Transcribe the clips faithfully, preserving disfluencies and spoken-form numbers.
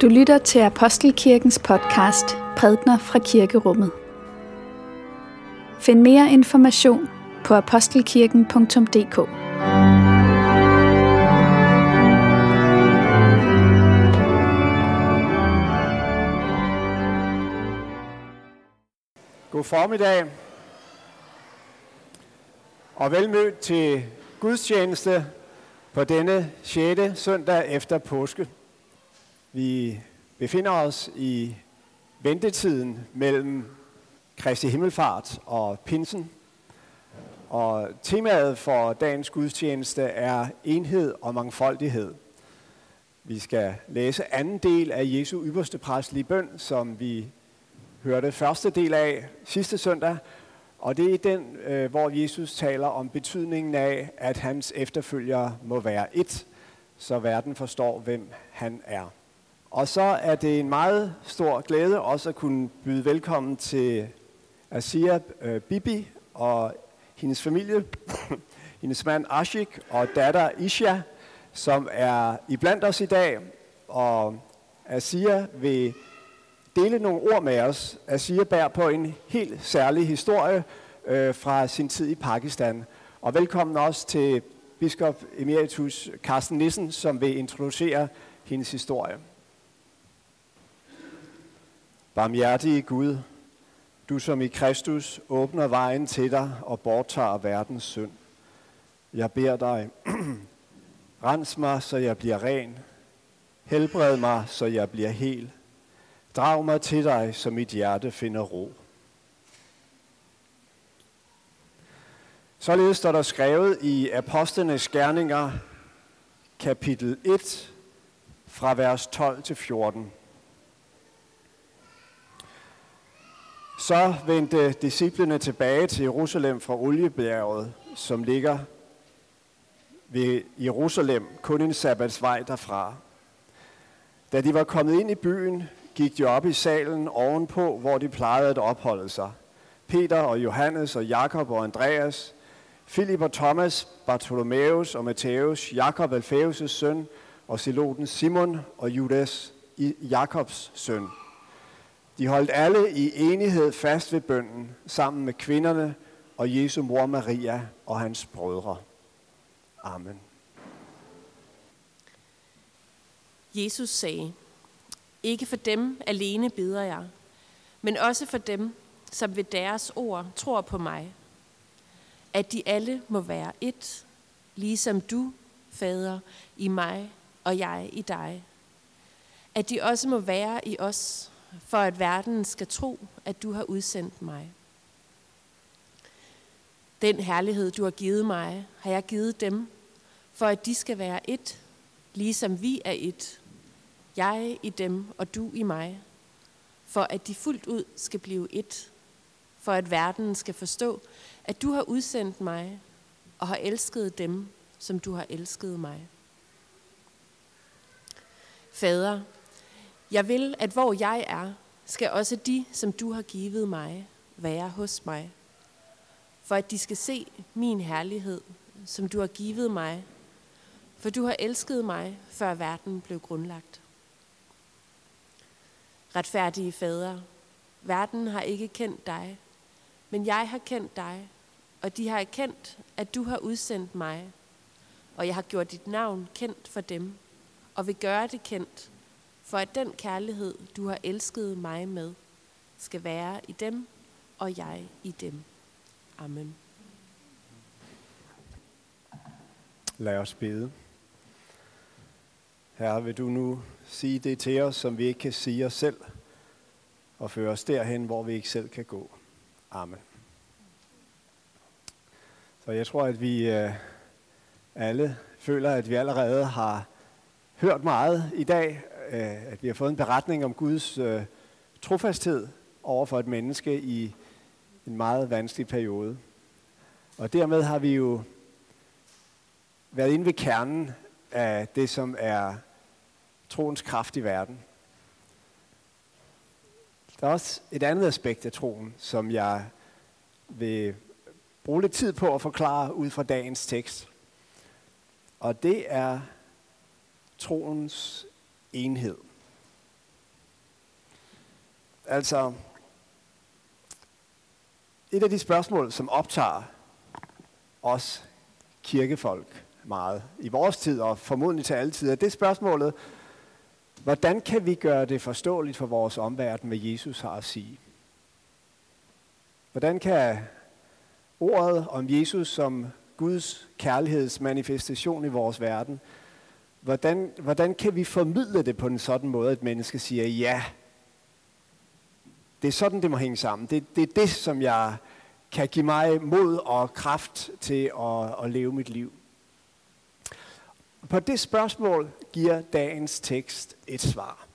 Du lytter til Apostelkirkens podcast Prædikener fra Kirkerummet. Find mere information på apostelkirken punktum d k. God formiddag og velmødt til gudstjeneste på denne sjette søndag efter påske. Vi befinder os i ventetiden mellem Kristi Himmelfart og Pinsen, og temaet for dagens gudstjeneste er enhed og mangfoldighed. Vi skal læse anden del af Jesu ypperste præstelige bøn, som vi hørte første del af sidste søndag, og det er den, hvor Jesus taler om betydningen af, at hans efterfølgere må være ét, så verden forstår, hvem han er. Og så er det en meget stor glæde også at kunne byde velkommen til Asia øh, Bibi og hendes familie, hendes mand Ashik og datter Isha, som er iblandt os i dag. Og Asia vil dele nogle ord med os. Asia bærer på en helt særlig historie øh, fra sin tid i Pakistan. Og velkommen også til biskop emeritus Carsten Nissen, som vil introducere hendes historie. Barmhjertige Gud, du som i Kristus åbner vejen til dig og borttager verdens synd. Jeg beder dig, rens mig, så jeg bliver ren. Helbred mig, så jeg bliver hel. Drag mig til dig, så mit hjerte finder ro. Således står der skrevet i Apostlenes Gerninger, kapitel et, fra vers tolv til fjorten. Så vendte disciplene tilbage til Jerusalem fra Oliebjerget, som ligger ved Jerusalem, kun en sabbatsvej derfra. Da de var kommet ind i byen, gik de op i salen ovenpå, hvor de plejede at opholde sig. Peter og Johannes og Jakob og Andreas, Filip og Thomas, Bartholomeus og Matthæus, Jakob Alfæus' søn og Zeloten Simon og Judas Jakobs søn. De holdt alle i enighed fast ved bønnen, sammen med kvinderne og Jesu mor Maria og hans brødre. Amen. Jesus sagde, ikke for dem alene beder jeg, men også for dem, som ved deres ord tror på mig, at de alle må være ét, ligesom du, Fader, i mig og jeg i dig. At de også må være i os, for at verden skal tro, at du har udsendt mig. Den herlighed, du har givet mig, har jeg givet dem, for at de skal være ét, ligesom vi er ét. Jeg i dem, og du i mig, for at de fuldt ud skal blive ét, for at verden skal forstå, at du har udsendt mig, og har elsket dem, som du har elsket mig. Fader, jeg vil, at hvor jeg er, skal også de, som du har givet mig, være hos mig, for at de skal se min herlighed, som du har givet mig, for du har elsket mig, før verden blev grundlagt. Retfærdige Fader, verden har ikke kendt dig, men jeg har kendt dig, og de har erkendt, at du har udsendt mig, og jeg har gjort dit navn kendt for dem, og vil gøre det kendt, for at den kærlighed, du har elsket mig med, skal være i dem, og jeg i dem. Amen. Lad os bede. Herre, vil du nu sige det til os, som vi ikke kan sige os selv, og føre os derhen, hvor vi ikke selv kan gå. Amen. Så jeg tror, at vi øh, alle føler, at vi allerede har hørt meget i dag, øh, at vi har fået en beretning om Guds øh, trofasthed over for et menneske i en meget vanskelig periode. Og dermed har vi jo været inde ved kernen af det, som er troens kraft i verden. Der er også et andet aspekt af troen, som jeg vil bruge lidt tid på at forklare ud fra dagens tekst. Og det er troens enhed. Altså, et af de spørgsmål, som optager os kirkefolk meget i vores tid, og formodentlig til alle tider, det er spørgsmålet, hvordan kan vi gøre det forståeligt for vores omverden, hvad Jesus har at sige? Hvordan kan ordet om Jesus som Guds kærlighedsmanifestation i vores verden, hvordan, hvordan kan vi formidle det på en sådan måde, at mennesker siger, ja, det er sådan, det må hænge sammen. Det, det er det, som jeg kan give mig mod og kraft til at, at leve mit liv. På det spørgsmål giver dagens tekst et svar.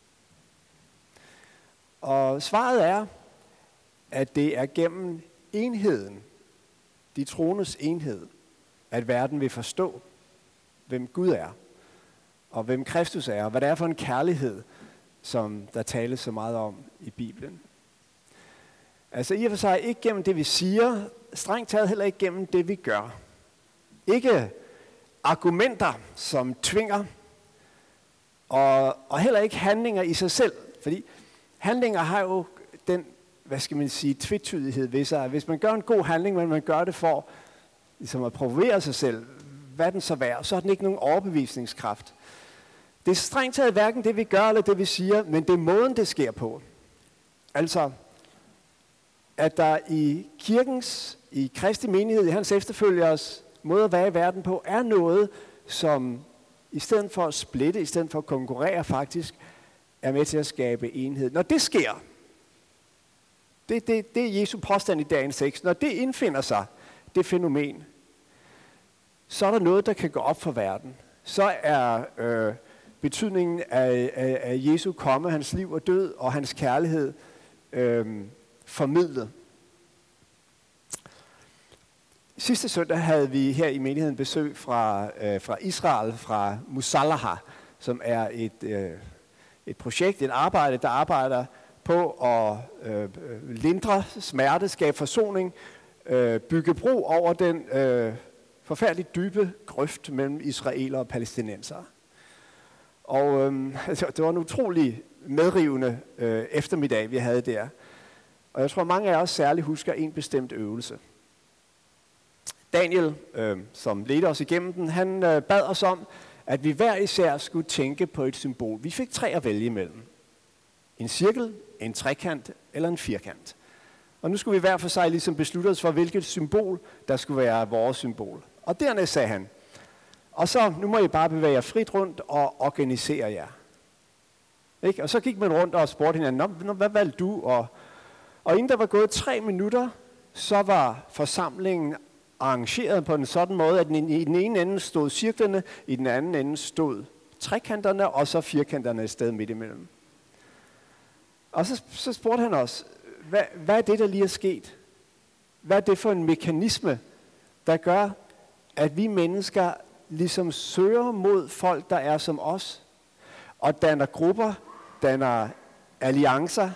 Og svaret er, at det er gennem enheden, de troendes enhed, at verden vil forstå, hvem Gud er, og hvem Kristus er, og hvad det er for en kærlighed, som der tales så meget om i Bibelen. Altså i og for sig ikke gennem det, vi siger, strengt taget heller ikke gennem det, vi gør. Ikke argumenter, som tvinger, og, og heller ikke handlinger i sig selv. Fordi handlinger har jo den, hvad skal man sige, tvetydighed ved sig. Hvis man gør en god handling, men man gør det for ligesom at provokere sig selv, hvad den så værd, så har den ikke nogen overbevisningskraft. Det er strengt taget hverken det, vi gør, eller det, vi siger, men det er måden, det sker på. Altså, at der i kirkens, i Kristi menighed, i hans efterfølgers måde at være i verden på, er noget, som i stedet for at splitte, i stedet for at konkurrere faktisk, er med til at skabe enhed. Når det sker, det, det, det er Jesu påstand i dagens tekst, når det indfinder sig, det fænomen, så er der noget, der kan gå op for verden. Så er øh, betydningen af, af, af Jesu komme, hans liv og død og hans kærlighed øh, formidlet. Sidste søndag havde vi her i menigheden besøg fra, øh, fra Israel, fra Musallaha, som er et, øh, et projekt, et arbejde, der arbejder på at øh, lindre smerte, skabe forsoning, øh, bygge bro over den øh, forfærdeligt dybe grøft mellem israeler og palæstinensere. Og øh, altså, det var en utrolig medrivende øh, eftermiddag, vi havde der. Og jeg tror, mange af os særligt husker en bestemt øvelse. Daniel, øh, som ledte os igennem den, han øh, bad os om, at vi hver især skulle tænke på et symbol. Vi fik tre at vælge imellem. En cirkel, en trekant eller en firkant. Og nu skulle vi hver for sig ligesom beslutte os for, hvilket symbol, der skulle være vores symbol. Og dernæst sagde han, og så, nu må I bare bevæge jer frit rundt og organisere jer. Ikke? Og så gik man rundt og spurgte hinanden, Nå, hvad valgte du? Og, og inden der var gået tre minutter, så var forsamlingen arrangeret på en sådan måde, at i den ene ende stod cirklerne, i den anden ende stod trekanterne, og så firkanterne et sted midt imellem. Og så, så spurgte han os, hvad, hvad er det, der lige er sket? Hvad er det for en mekanisme, der gør, at vi mennesker ligesom søger mod folk, der er som os, og danner grupper, danner alliancer,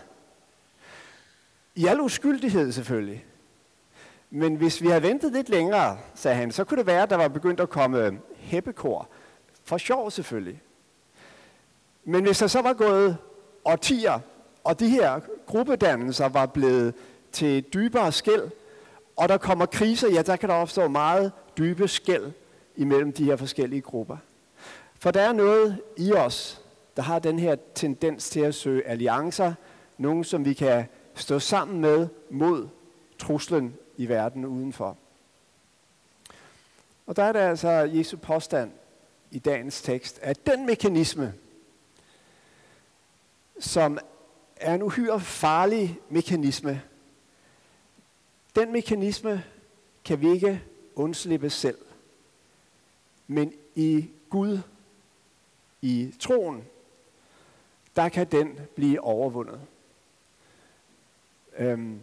i al uskyldighed selvfølgelig. Men hvis vi havde ventet lidt længere, sagde han, så kunne det være, at der var begyndt at komme heppekor. For sjov selvfølgelig. Men hvis der så var gået årtier, og de her gruppedannelser var blevet til dybere skel, og der kommer kriser, ja, der kan der opstå meget dybe skel imellem de her forskellige grupper. For der er noget i os, der har den her tendens til at søge alliancer, nogen som vi kan stå sammen med mod truslen i verden udenfor. Og der er det altså Jesu påstand i dagens tekst, at den mekanisme, som er en uhyre farlig mekanisme, den mekanisme kan vi ikke undslippe selv. Men i Gud, i troen, der kan den blive overvundet. Øhm,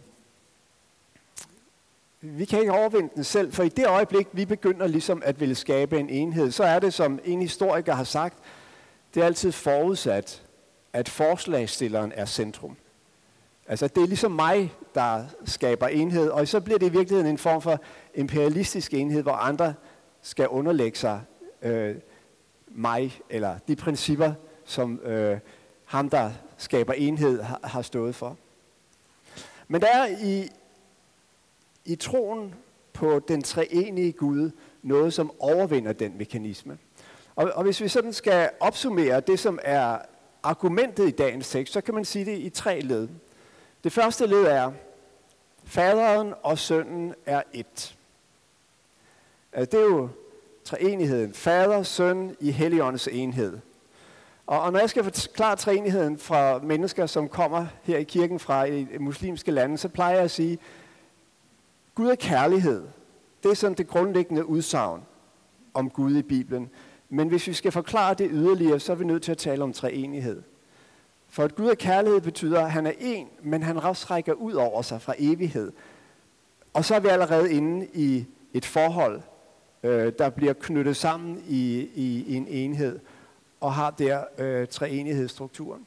Vi kan ikke overvinde den selv, for i det øjeblik, vi begynder ligesom at ville skabe en enhed, så er det, som en historiker har sagt, det er altid forudsat, at forslagsstilleren er centrum. Altså det er ligesom mig, der skaber enhed, og så bliver det i virkeligheden en form for imperialistisk enhed, hvor andre skal underlægge sig øh, mig, eller de principper, som øh, ham, der skaber enhed, har, har stået for. Men der er i, i troen på den treenige Gud noget, som overvinder den mekanisme. Og, og hvis vi sådan skal opsummere det, som er argumentet i dagens tekst, så kan man sige det i tre led. Det første led er, faderen og sønnen er ét. Altså, det er jo treenigheden. Fader, søn i Helligåndens enhed. Og, og når jeg skal forklare treenigheden fra mennesker, som kommer her i kirken fra i muslimske lande, så plejer jeg at sige, Gud er kærlighed. Det er sådan det grundlæggende udsagn om Gud i Bibelen. Men hvis vi skal forklare det yderligere, så er vi nødt til at tale om treenighed. For at Gud er kærlighed betyder, at han er en, men han også rækker ud over sig fra evighed. Og så er vi allerede inde i et forhold, øh, der bliver knyttet sammen i, i, i en enhed, og har der øh, treenighedsstrukturen.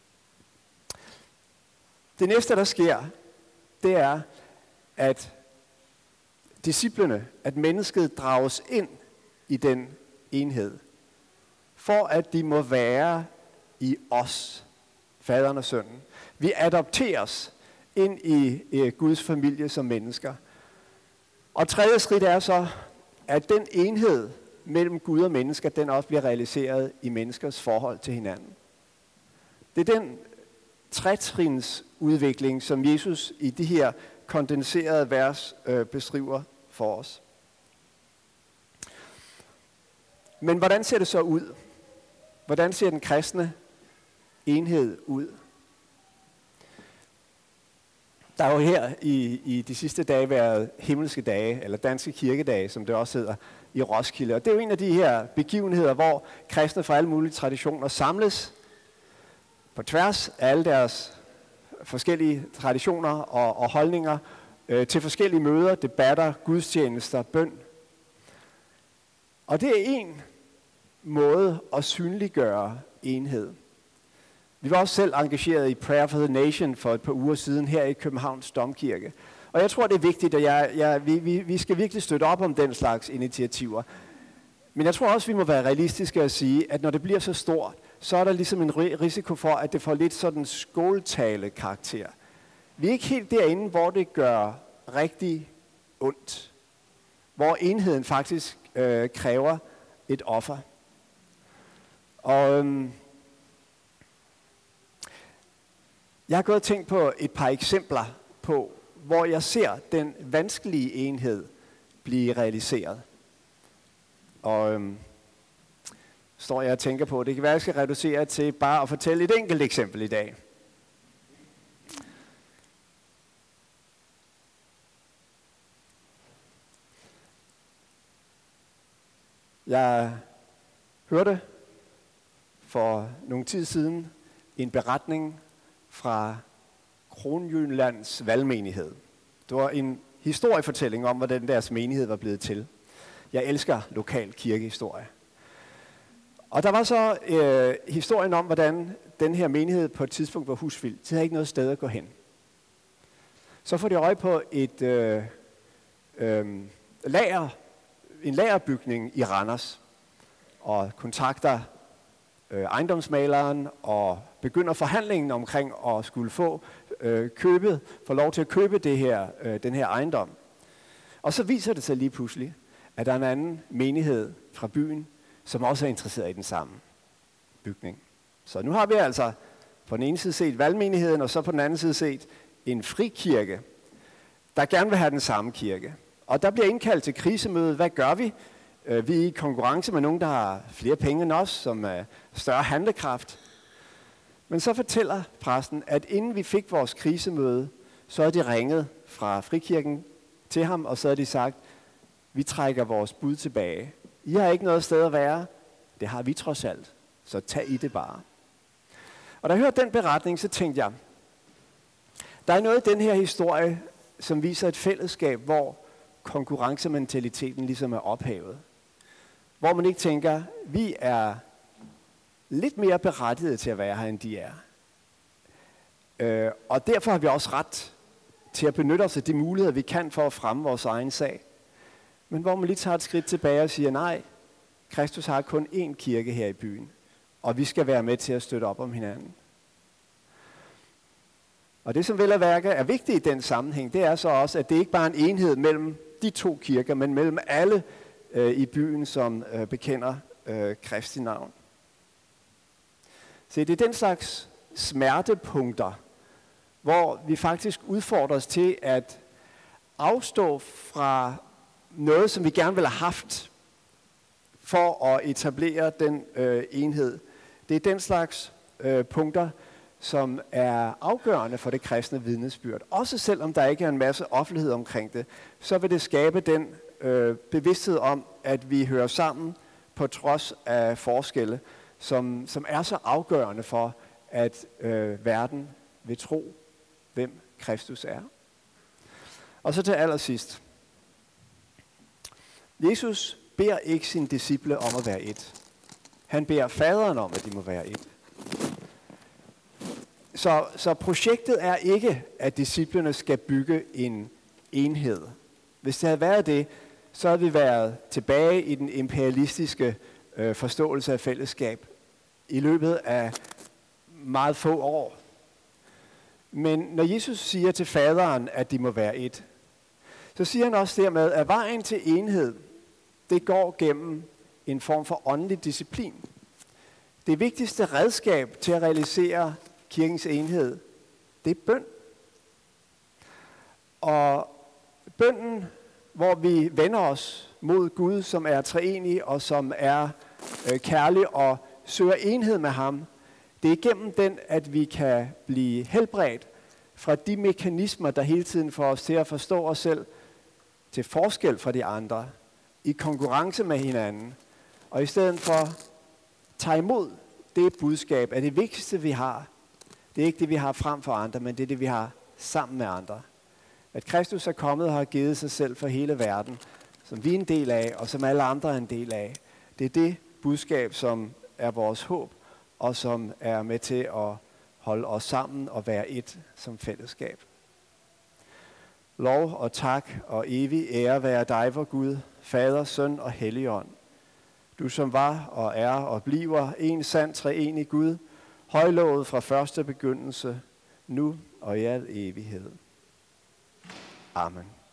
Det næste, der sker, det er, at disciplene, at mennesket drages ind i den enhed, for at de må være i os, faderen og sønnen. Vi adopteres ind i eh, Guds familie som mennesker. Og tredje skridt er så, at den enhed mellem Gud og mennesker, den også bliver realiseret i menneskers forhold til hinanden. Det er den tretrins udvikling, som Jesus i de her kondenserede vers øh, beskriver for os. Men hvordan ser det så ud? Hvordan ser den kristne enhed ud? Der har jo her i, i de sidste dage været himmelske dage, eller danske kirkedage, som det også hedder, i Roskilde. Og det er jo en af de her begivenheder, hvor kristne fra alle mulige traditioner samles på tværs af alle deres forskellige traditioner og, og holdninger øh, til forskellige møder, debatter, gudstjenester, bøn. Og det er en måde at synliggøre enhed. Vi var også selv engageret i Prayer for the Nation for et par uger siden her i Københavns Domkirke. Og jeg tror, det er vigtigt, at jeg, jeg, vi, vi, vi skal virkelig støtte op om den slags initiativer. Men jeg tror også, vi må være realistiske og sige, at når det bliver så stort, så er der ligesom en risiko for, at det får lidt sådan skåltale-karakter. Vi er ikke helt derinde, hvor det gør rigtig ondt. Hvor enheden faktisk øh, kræver et offer. Og øhm, jeg har gået og tænkt på et par eksempler på, hvor jeg ser den vanskelige enhed blive realiseret. Og øhm, står jeg og tænker på, det kan være, at jeg skal reducere til bare at fortælle et enkelt eksempel i dag. Jeg hørte for nogle tid siden en beretning fra Kronjyllands valgmenighed. Det var en historiefortælling om, hvordan deres menighed var blevet til. Jeg elsker lokal kirkehistorie. Og der var så øh, historien om, hvordan den her menighed på et tidspunkt var husvild. De havde ikke noget sted at gå hen. Så får de øje på et øh, øh, lager, en lagerbygning i Randers, og kontakter øh, ejendomsmaleren og begynder forhandlingen omkring at skulle få øh, købet, få lov til at købe det her, øh, den her ejendom. Og så viser det sig lige pludselig, at der er en anden menighed fra byen, som også er interesseret i den samme bygning. Så nu har vi altså på den ene side set valgmenigheden, og så på den anden side set en frikirke, der gerne vil have den samme kirke. Og der bliver indkaldt til krisemøde. Hvad gør vi? Vi er i konkurrence med nogen, der har flere penge end os, som er større handlekraft. Men så fortæller præsten, at inden vi fik vores krisemøde, så er de ringet fra frikirken til ham, og så har de sagt, vi trækker vores bud tilbage. I har ikke noget sted at være. Det har vi trods alt. Så tag i det bare. Og da jeg hørte den beretning, så tænkte jeg, der er noget i den her historie, som viser et fællesskab, hvor konkurrencementaliteten ligesom er ophævet. Hvor man ikke tænker, vi er lidt mere berettiget til at være her, end de er. Øh, og derfor har vi også ret til at benytte os af de muligheder, vi kan for at fremme vores egen sag. Men hvor man lige tager et skridt tilbage og siger, nej, Kristus har kun én kirke her i byen, og vi skal være med til at støtte op om hinanden. Og det, som vel at værke er vigtigt i den sammenhæng, det er så også, at det ikke bare er en enhed mellem de to kirker, men mellem alle øh, i byen, som øh, bekender øh, Kristi navn. Så det er den slags smertepunkter, hvor vi faktisk udfordres til at afstå fra noget, som vi gerne ville have haft, for at etablere den øh, enhed. Det er den slags øh, punkter, som er afgørende for det kristne vidnesbyrd. Også selvom der ikke er en masse offentlighed omkring det, så vil det skabe den øh, bevidsthed om, at vi hører sammen på trods af forskelle, som, som er så afgørende for, at øh, verden vil tro, hvem Kristus er. Og så til allersidst. Jesus beder ikke sine disciple om at være et. Han beder faderen om, at de må være et. Så, så projektet er ikke, at disciplene skal bygge en enhed. Hvis det havde været det, så havde vi været tilbage i den imperialistiske øh, forståelse af fællesskab i løbet af meget få år. Men når Jesus siger til faderen, at de må være et, så siger han også dermed, at vejen til enhed, det går gennem en form for åndelig disciplin. Det vigtigste redskab til at realisere kirkens enhed, det er bøn. Og bønnen, hvor vi vender os mod Gud, som er treenig og som er øh, kærlig og søger enhed med ham, det er gennem den, at vi kan blive helbredt fra de mekanismer, der hele tiden får os til at forstå os selv til forskel fra de andre, i konkurrence med hinanden, og i stedet for tage imod det budskab, at det vigtigste, vi har, det er ikke det, vi har frem for andre, men det er det, vi har sammen med andre. At Kristus er kommet og har givet sig selv for hele verden, som vi er en del af, og som alle andre er en del af. Det er det budskab, som er vores håb, og som er med til at holde os sammen og være et som fællesskab. Lov og tak og evig ære være dig, vor Gud, Fader, Søn og Helligånd. Du som var og er og bliver en sand treenig Gud, højlovet fra første begyndelse, nu og i al evighed. Amen.